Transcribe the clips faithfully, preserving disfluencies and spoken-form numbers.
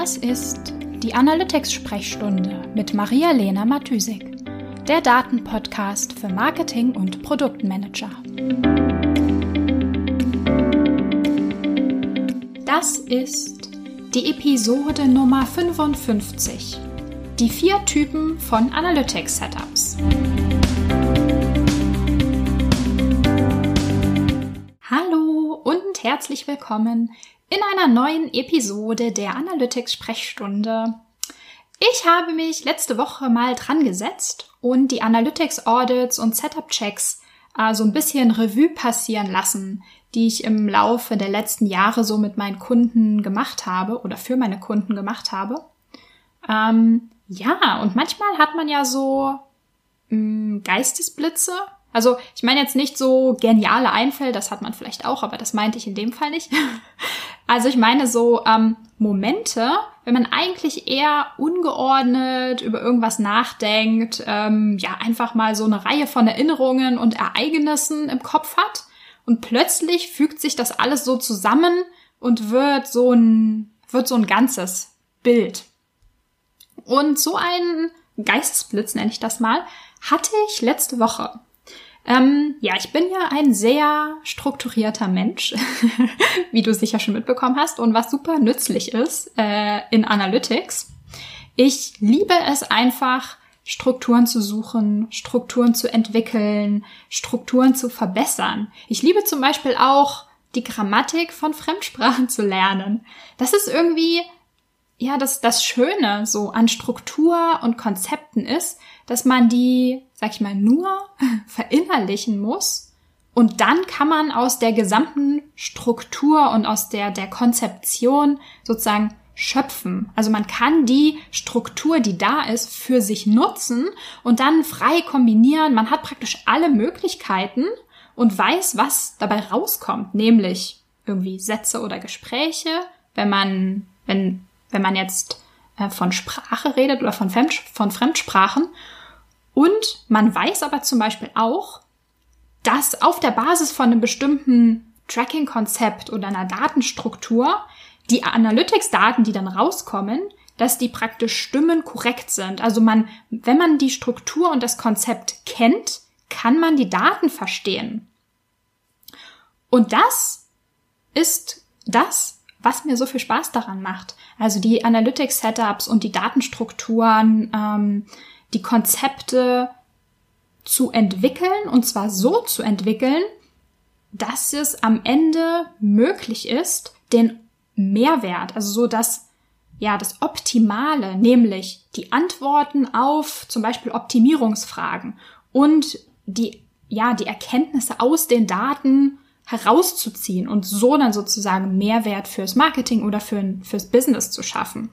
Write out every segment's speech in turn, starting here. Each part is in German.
Das ist die Analytics-Sprechstunde mit Maria-Lena Matysik, der Datenpodcast für Marketing- und Produktmanager. Das ist die Episode Nummer fünfundfünfzig, die vier Typen von Analytics-Setups. Hallo und herzlich willkommen in einer neuen Episode der Analytics-Sprechstunde. Ich habe mich letzte Woche mal dran gesetzt und die Analytics-Audits und Setup-Checks äh, so ein bisschen Revue passieren lassen, die ich im Laufe der letzten Jahre so mit meinen Kunden gemacht habe oder für meine Kunden gemacht habe. Ähm, ja, und manchmal hat man ja so mh, Geistesblitze. Also ich meine jetzt nicht so geniale Einfälle, das hat man vielleicht auch, aber das meinte ich in dem Fall nicht. Also ich meine so ähm, Momente, wenn man eigentlich eher ungeordnet über irgendwas nachdenkt, ähm, ja einfach mal so eine Reihe von Erinnerungen und Ereignissen im Kopf hat und plötzlich fügt sich das alles so zusammen und wird so ein, wird so ein ganzes Bild. Und so einen Geistesblitz, nenne ich das mal, hatte ich letzte Woche. Ähm, ja, ich bin ja ein sehr strukturierter Mensch, wie du sicher schon mitbekommen hast, und was super nützlich ist äh, in Analytics. Ich liebe es einfach, Strukturen zu suchen, Strukturen zu entwickeln, Strukturen zu verbessern. Ich liebe zum Beispiel auch die Grammatik von Fremdsprachen zu lernen. Das ist irgendwie, ja, das, das Schöne so an Struktur und Konzepten ist, dass man die, sag ich mal, nur verinnerlichen muss und dann kann man aus der gesamten Struktur und aus der, der Konzeption sozusagen schöpfen. Also man kann die Struktur, die da ist, für sich nutzen und dann frei kombinieren. Man hat praktisch alle Möglichkeiten und weiß, was dabei rauskommt, nämlich irgendwie Sätze oder Gespräche, wenn man, wenn, wenn man jetzt äh, von Sprache redet oder von, Fremd, von Fremdsprachen. Und man weiß aber zum Beispiel auch, dass auf der Basis von einem bestimmten Tracking-Konzept oder einer Datenstruktur die Analytics-Daten, die dann rauskommen, dass die praktisch Stimmen korrekt sind. Also man, wenn man die Struktur und das Konzept kennt, kann man die Daten verstehen. Und das ist das, was mir so viel Spaß daran macht. Also die Analytics-Setups und die Datenstrukturen, ähm, die Konzepte zu entwickeln, und zwar so zu entwickeln, dass es am Ende möglich ist, den Mehrwert, also so das, ja, das Optimale, nämlich die Antworten auf zum Beispiel Optimierungsfragen und die, ja, die Erkenntnisse aus den Daten herauszuziehen und so dann sozusagen Mehrwert fürs Marketing oder für, fürs Business zu schaffen.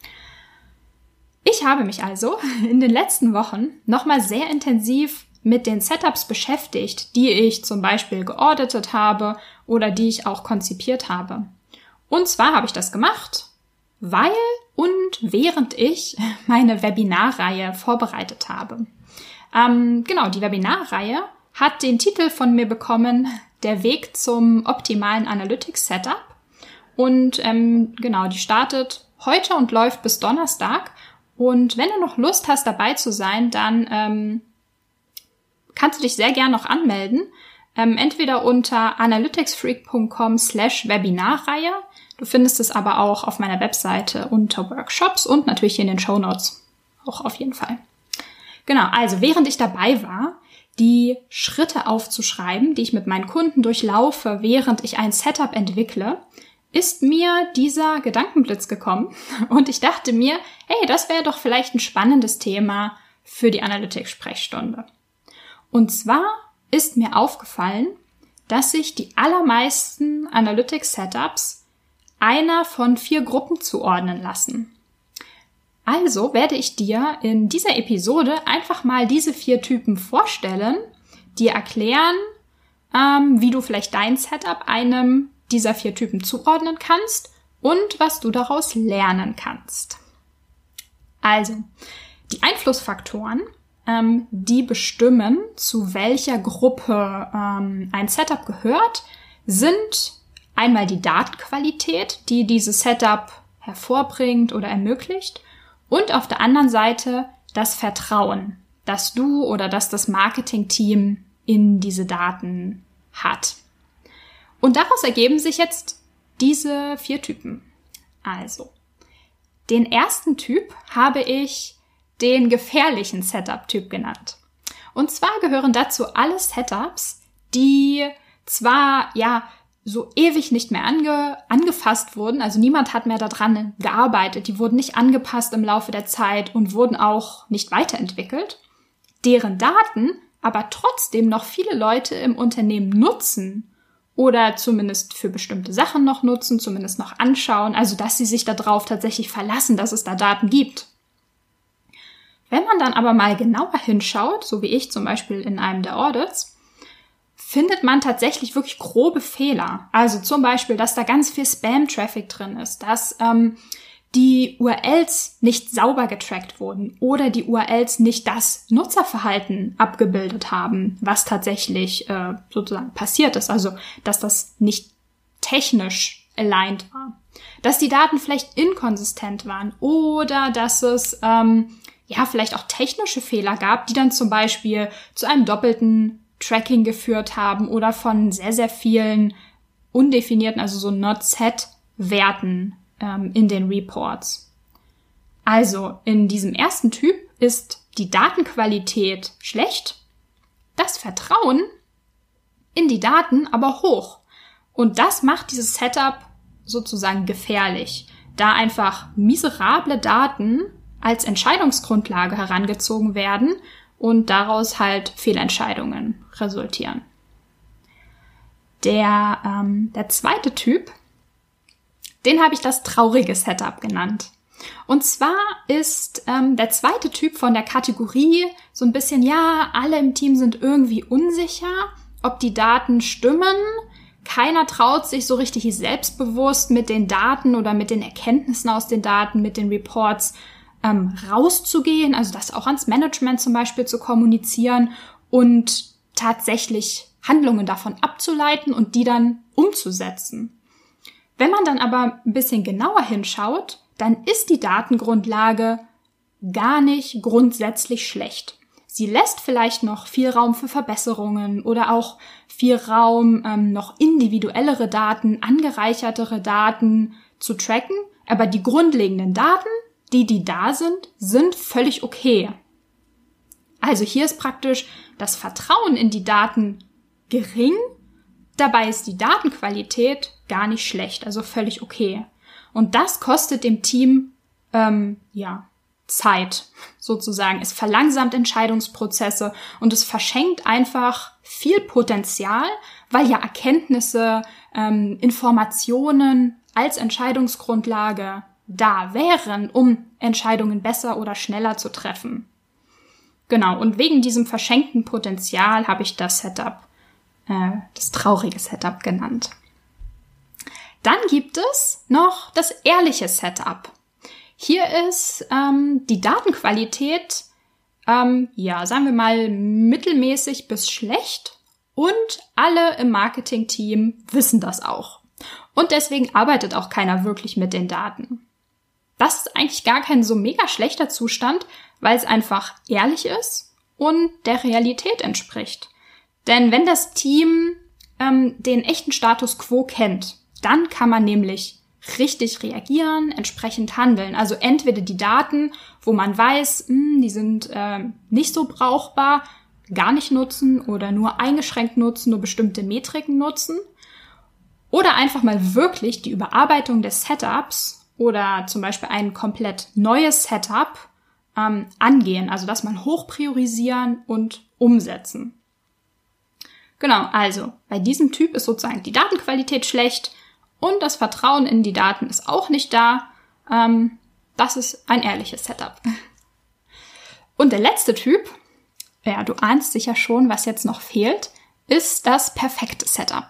Ich habe mich also in den letzten Wochen nochmal sehr intensiv mit den Setups beschäftigt, die ich zum Beispiel geauditet habe oder die ich auch konzipiert habe. Und zwar habe ich das gemacht, weil und während ich meine Webinarreihe vorbereitet habe. Ähm, genau, die Webinarreihe hat den Titel von mir bekommen, der Weg zum optimalen Analytics-Setup. Und ähm, genau, die startet heute und läuft bis Donnerstag. Und wenn du noch Lust hast, dabei zu sein, dann ähm, kannst du dich sehr gern noch anmelden. Ähm, entweder unter analyticsfreak.com slash Webinarreihe. Du findest es aber auch auf meiner Webseite unter Workshops und natürlich hier in den Shownotes. Auch auf jeden Fall. Genau, also während ich dabei war, die Schritte aufzuschreiben, die ich mit meinen Kunden durchlaufe, während ich ein Setup entwickle, ist mir dieser Gedankenblitz gekommen und ich dachte mir, hey, das wäre doch vielleicht ein spannendes Thema für die Analytics-Sprechstunde. Und zwar ist mir aufgefallen, dass sich die allermeisten Analytics-Setups einer von vier Gruppen zuordnen lassen. Also werde ich dir in dieser Episode einfach mal diese vier Typen vorstellen, die erklären, ähm, wie du vielleicht dein Setup einem dieser vier Typen zuordnen kannst und was du daraus lernen kannst. Also, die Einflussfaktoren, ähm, die bestimmen, zu welcher Gruppe ähm, ein Setup gehört, sind einmal die Datenqualität, die dieses Setup hervorbringt oder ermöglicht. Und auf der anderen Seite das Vertrauen, das du oder das das Marketingteam in diese Daten hat. Und daraus ergeben sich jetzt diese vier Typen. Also, den ersten Typ habe ich den gefährlichen Setup-Typ genannt. Und zwar gehören dazu alle Setups, die zwar ja so ewig nicht mehr ange, angefasst wurden, also niemand hat mehr daran gearbeitet, die wurden nicht angepasst im Laufe der Zeit und wurden auch nicht weiterentwickelt, deren Daten aber trotzdem noch viele Leute im Unternehmen nutzen oder zumindest für bestimmte Sachen noch nutzen, zumindest noch anschauen, also dass sie sich darauf tatsächlich verlassen, dass es da Daten gibt. Wenn man dann aber mal genauer hinschaut, so wie ich zum Beispiel in einem der Audits, findet man tatsächlich wirklich grobe Fehler. Also zum Beispiel, dass da ganz viel Spam-Traffic drin ist, dass ähm, die U R Ls nicht sauber getrackt wurden oder die U R Ls nicht das Nutzerverhalten abgebildet haben, was tatsächlich äh, sozusagen passiert ist. Also, dass das nicht technisch aligned war. Dass die Daten vielleicht inkonsistent waren oder dass es ähm, ja vielleicht auch technische Fehler gab, die dann zum Beispiel zu einem doppelten Tracking geführt haben oder von sehr, sehr vielen undefinierten, also so Not-Set-Werten ähm, in den Reports. Also in diesem ersten Typ ist die Datenqualität schlecht, das Vertrauen in die Daten aber hoch. Und das macht dieses Setup sozusagen gefährlich, da einfach miserable Daten als Entscheidungsgrundlage herangezogen werden und daraus halt Fehlentscheidungen resultieren. Der, ähm, der zweite Typ, den habe ich das traurige Setup genannt. Und zwar ist ähm, der zweite Typ von der Kategorie so ein bisschen, ja, alle im Team sind irgendwie unsicher, ob die Daten stimmen. Keiner traut sich so richtig selbstbewusst mit den Daten oder mit den Erkenntnissen aus den Daten, mit den Reports ähm, rauszugehen, also das auch ans Management zum Beispiel zu kommunizieren und tatsächlich Handlungen davon abzuleiten und die dann umzusetzen. Wenn man dann aber ein bisschen genauer hinschaut, dann ist die Datengrundlage gar nicht grundsätzlich schlecht. Sie lässt vielleicht noch viel Raum für Verbesserungen oder auch viel Raum, ähm, noch individuellere Daten, angereichertere Daten zu tracken, aber die grundlegenden Daten, die, die da sind, sind völlig okay. Also hier ist praktisch das Vertrauen in die Daten gering, dabei ist die Datenqualität gar nicht schlecht, also völlig okay. Und das kostet dem Team, ähm, ja, Zeit, sozusagen. Es verlangsamt Entscheidungsprozesse und es verschenkt einfach viel Potenzial, weil ja Erkenntnisse, ähm, Informationen als Entscheidungsgrundlage da wären, um Entscheidungen besser oder schneller zu treffen. Genau, und wegen diesem verschenkten Potenzial habe ich das Setup, äh, das traurige Setup genannt. Dann gibt es noch das ehrliche Setup. Hier ist ähm, die Datenqualität, ähm, ja, sagen wir mal, mittelmäßig bis schlecht und alle im Marketingteam wissen das auch. Und deswegen arbeitet auch keiner wirklich mit den Daten. Das ist eigentlich gar kein so mega schlechter Zustand, weil es einfach ehrlich ist und der Realität entspricht. Denn wenn das Team ähm, den echten Status quo kennt, dann kann man nämlich richtig reagieren, entsprechend handeln. Also entweder die Daten, wo man weiß, mh, die sind äh, nicht so brauchbar, gar nicht nutzen oder nur eingeschränkt nutzen, nur bestimmte Metriken nutzen. Oder einfach mal wirklich die Überarbeitung des Setups oder zum Beispiel ein komplett neues Setup ähm, angehen. Also das mal hoch priorisieren und umsetzen. Genau, also bei diesem Typ ist sozusagen die Datenqualität schlecht und das Vertrauen in die Daten ist auch nicht da. Ähm, das ist ein ehrliches Setup. Und der letzte Typ, ja, du ahnst sicher schon, was jetzt noch fehlt, ist das perfekte Setup.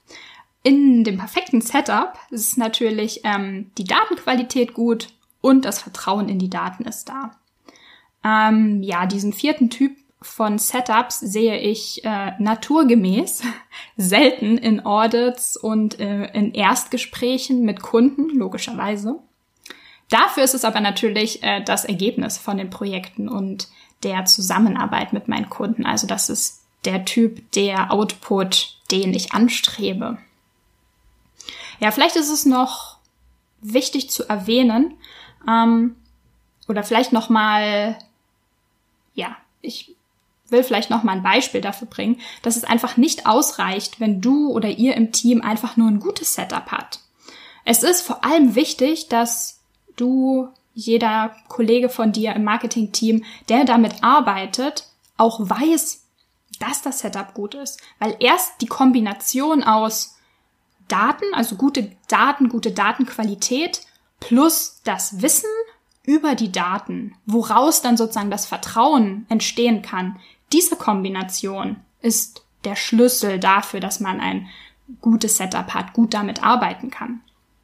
In dem perfekten Setup ist natürlich ähm, die Datenqualität gut und das Vertrauen in die Daten ist da. Ähm, ja, diesen vierten Typ von Setups sehe ich äh, naturgemäß selten in Audits und äh, in Erstgesprächen mit Kunden, logischerweise. Dafür ist es aber natürlich äh, das Ergebnis von den Projekten und der Zusammenarbeit mit meinen Kunden. Also das ist der Typ, der Output, den ich anstrebe. Ja, vielleicht ist es noch wichtig zu erwähnen, ähm, oder vielleicht nochmal, ja, ich will vielleicht nochmal ein Beispiel dafür bringen, dass es einfach nicht ausreicht, wenn du oder ihr im Team einfach nur ein gutes Setup hat. Es ist vor allem wichtig, dass du, jeder Kollege von dir im Marketing-Team, der damit arbeitet, auch weiß, dass das Setup gut ist. Weil erst die Kombination aus Daten, also gute Daten, gute Datenqualität plus das Wissen über die Daten, woraus dann sozusagen das Vertrauen entstehen kann, diese Kombination ist der Schlüssel dafür, dass man ein gutes Setup hat, gut damit arbeiten kann.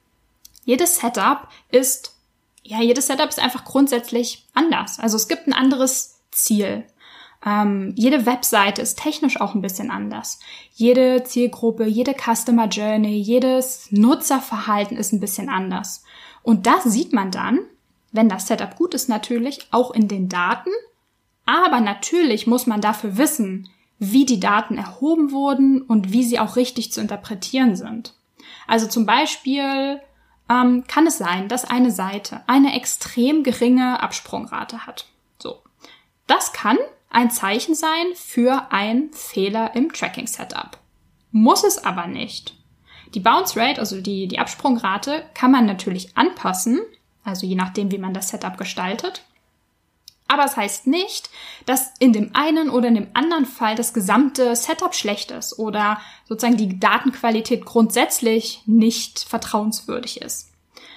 Jedes Setup ist, ja, jedes Setup ist einfach grundsätzlich anders. Also es gibt ein anderes Ziel. Ähm, jede Webseite ist technisch auch ein bisschen anders. Jede Zielgruppe, jede Customer Journey, jedes Nutzerverhalten ist ein bisschen anders. Und das sieht man dann, wenn das Setup gut ist natürlich, auch in den Daten. Aber natürlich muss man dafür wissen, wie die Daten erhoben wurden und wie sie auch richtig zu interpretieren sind. Also zum Beispiel ähm, kann es sein, dass eine Seite eine extrem geringe Absprungrate hat. So, das kann ein Zeichen sein für einen Fehler im Tracking-Setup. Muss es aber nicht. Die Bounce Rate, also die, die Absprungrate, kann man natürlich anpassen, also je nachdem, wie man das Setup gestaltet. Aber es heißt nicht, dass in dem einen oder in dem anderen Fall das gesamte Setup schlecht ist oder sozusagen die Datenqualität grundsätzlich nicht vertrauenswürdig ist.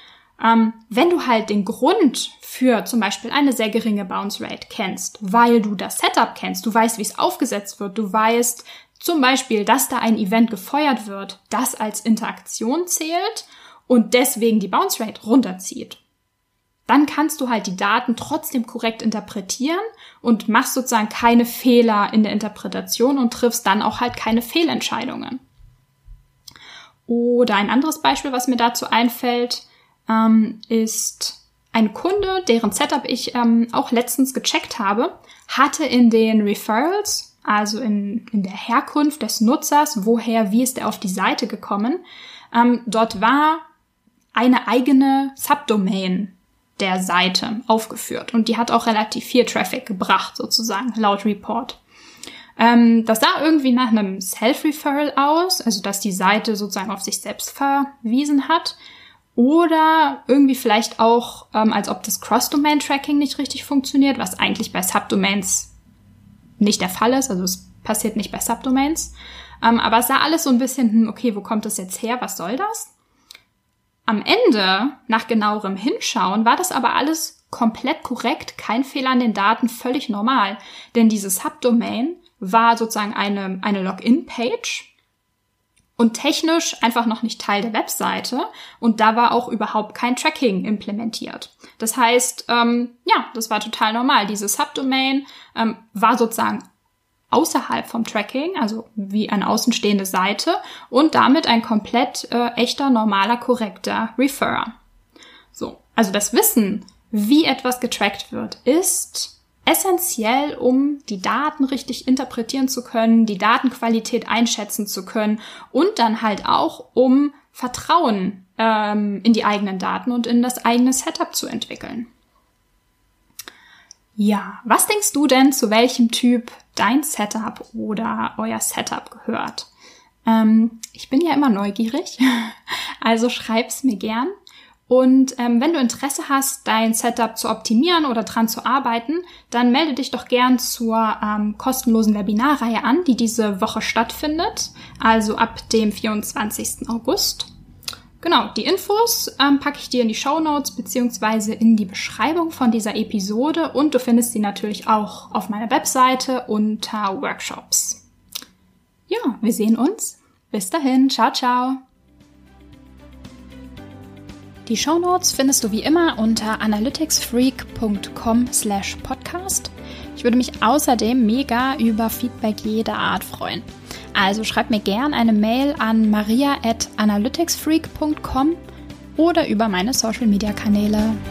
Ähm, wenn du halt den Grund für zum Beispiel eine sehr geringe Bounce Rate kennst, weil du das Setup kennst, du weißt, wie es aufgesetzt wird, du weißt zum Beispiel, dass da ein Event gefeuert wird, das als Interaktion zählt und deswegen die Bounce Rate runterzieht, dann kannst du halt die Daten trotzdem korrekt interpretieren und machst sozusagen keine Fehler in der Interpretation und triffst dann auch halt keine Fehlentscheidungen. Oder ein anderes Beispiel, was mir dazu einfällt, ähm, ist ein Kunde, deren Setup ich ähm, auch letztens gecheckt habe, hatte in den Referrals, also in, in der Herkunft des Nutzers, woher, wie ist er auf die Seite gekommen, ähm, dort war eine eigene Subdomain der Seite aufgeführt. Und die hat auch relativ viel Traffic gebracht, sozusagen, laut Report. Ähm, das sah irgendwie nach einem Self-Referral aus, also dass die Seite sozusagen auf sich selbst verwiesen hat. Oder irgendwie vielleicht auch, ähm, als ob das Cross-Domain-Tracking nicht richtig funktioniert, was eigentlich bei Subdomains nicht der Fall ist. Also es passiert nicht bei Subdomains. Ähm, aber es sah alles so ein bisschen, hm, okay, wo kommt das jetzt her? Was soll das? Am Ende, nach genauerem Hinschauen, war das aber alles komplett korrekt, kein Fehler an den Daten, völlig normal. Denn diese Subdomain war sozusagen eine, eine Login-Page und technisch einfach noch nicht Teil der Webseite und da war auch überhaupt kein Tracking implementiert. Das heißt, ähm, ja, das war total normal. Diese Subdomain ähm, war sozusagen außerhalb vom Tracking, also wie eine außenstehende Seite und damit ein komplett äh, echter, normaler, korrekter Referrer. So, also das Wissen, wie etwas getrackt wird, ist essentiell, um die Daten richtig interpretieren zu können, die Datenqualität einschätzen zu können und dann halt auch, um Vertrauen ähm, in die eigenen Daten und in das eigene Setup zu entwickeln. Ja, was denkst du denn, zu welchem Typ dein Setup oder euer Setup gehört? Ähm, ich bin ja immer neugierig, also schreib's mir gern. Und ähm, wenn du Interesse hast, dein Setup zu optimieren oder dran zu arbeiten, dann melde dich doch gern zur ähm, kostenlosen Webinarreihe an, die diese Woche stattfindet, also ab dem vierundzwanzigsten August. Genau, die Infos ähm, packe ich dir in die Shownotes beziehungsweise in die Beschreibung von dieser Episode und du findest sie natürlich auch auf meiner Webseite unter Workshops. Ja, wir sehen uns. Bis dahin, ciao, ciao. Die Shownotes findest du wie immer unter analyticsfreak.com slash podcast. Ich würde mich außerdem mega über Feedback jeder Art freuen. Also schreib mir gern eine Mail an maria at analyticsfreak punkt com oder über meine Social Media Kanäle.